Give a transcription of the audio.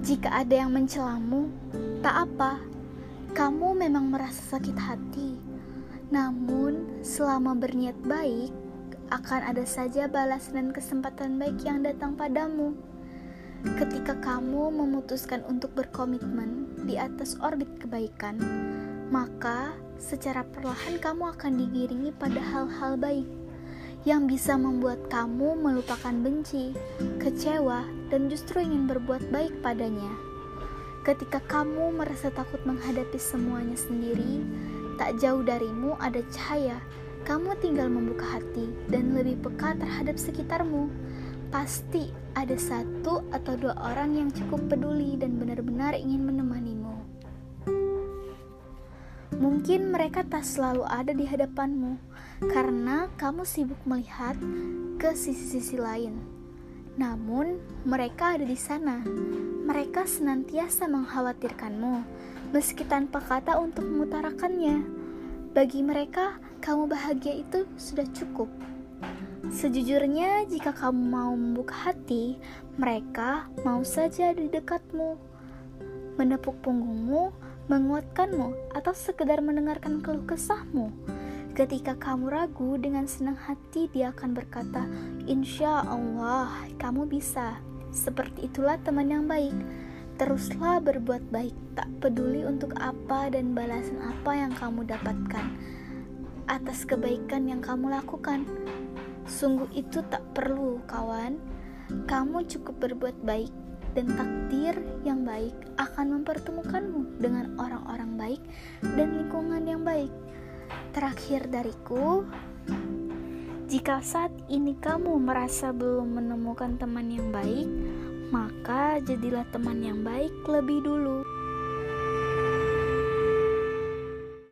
Jika ada yang mencelamu, tak apa, kamu memang merasa sakit hati. Namun, selama berniat baik, akan ada saja balasan dan kesempatan baik yang datang padamu. Ketika kamu memutuskan untuk berkomitmen di atas orbit kebaikan, maka secara perlahan kamu akan digiringi pada hal-hal baik yang bisa membuat kamu melupakan benci, kecewa, dan justru ingin berbuat baik padanya. Ketika kamu merasa takut menghadapi semuanya sendiri, tak jauh darimu ada cahaya. Kamu tinggal membuka hati dan lebih peka terhadap sekitarmu. Pasti ada satu atau dua orang yang cukup peduli dan benar-benar ingin menemanimu. Mungkin mereka tak selalu ada di hadapanmu karena kamu sibuk melihat ke sisi-sisi lain. Namun, mereka ada di sana. Mereka senantiasa mengkhawatirkanmu, meski tanpa kata untuk mengutarakannya. Bagi mereka, kamu bahagia itu sudah cukup. Sejujurnya, jika kamu mau membuka hati, mereka mau saja di dekatmu, menepuk punggungmu, menguatkanmu, atau sekedar mendengarkan keluh kesahmu. Ketika kamu ragu, dengan senang hati dia akan berkata, "Insya Allah, kamu bisa." Seperti itulah teman yang baik. Teruslah berbuat baik, tak peduli untuk apa dan balasan apa yang kamu dapatkan atas kebaikan yang kamu lakukan. Sungguh itu tak perlu, kawan. Kamu cukup berbuat baik, dan takdir yang baik akan mempertemukanmu dengan orang-orang baik dan lingkungan yang baik. Terakhir dariku, jika saat ini kamu merasa belum menemukan teman yang baik, maka jadilah teman yang baik lebih dulu.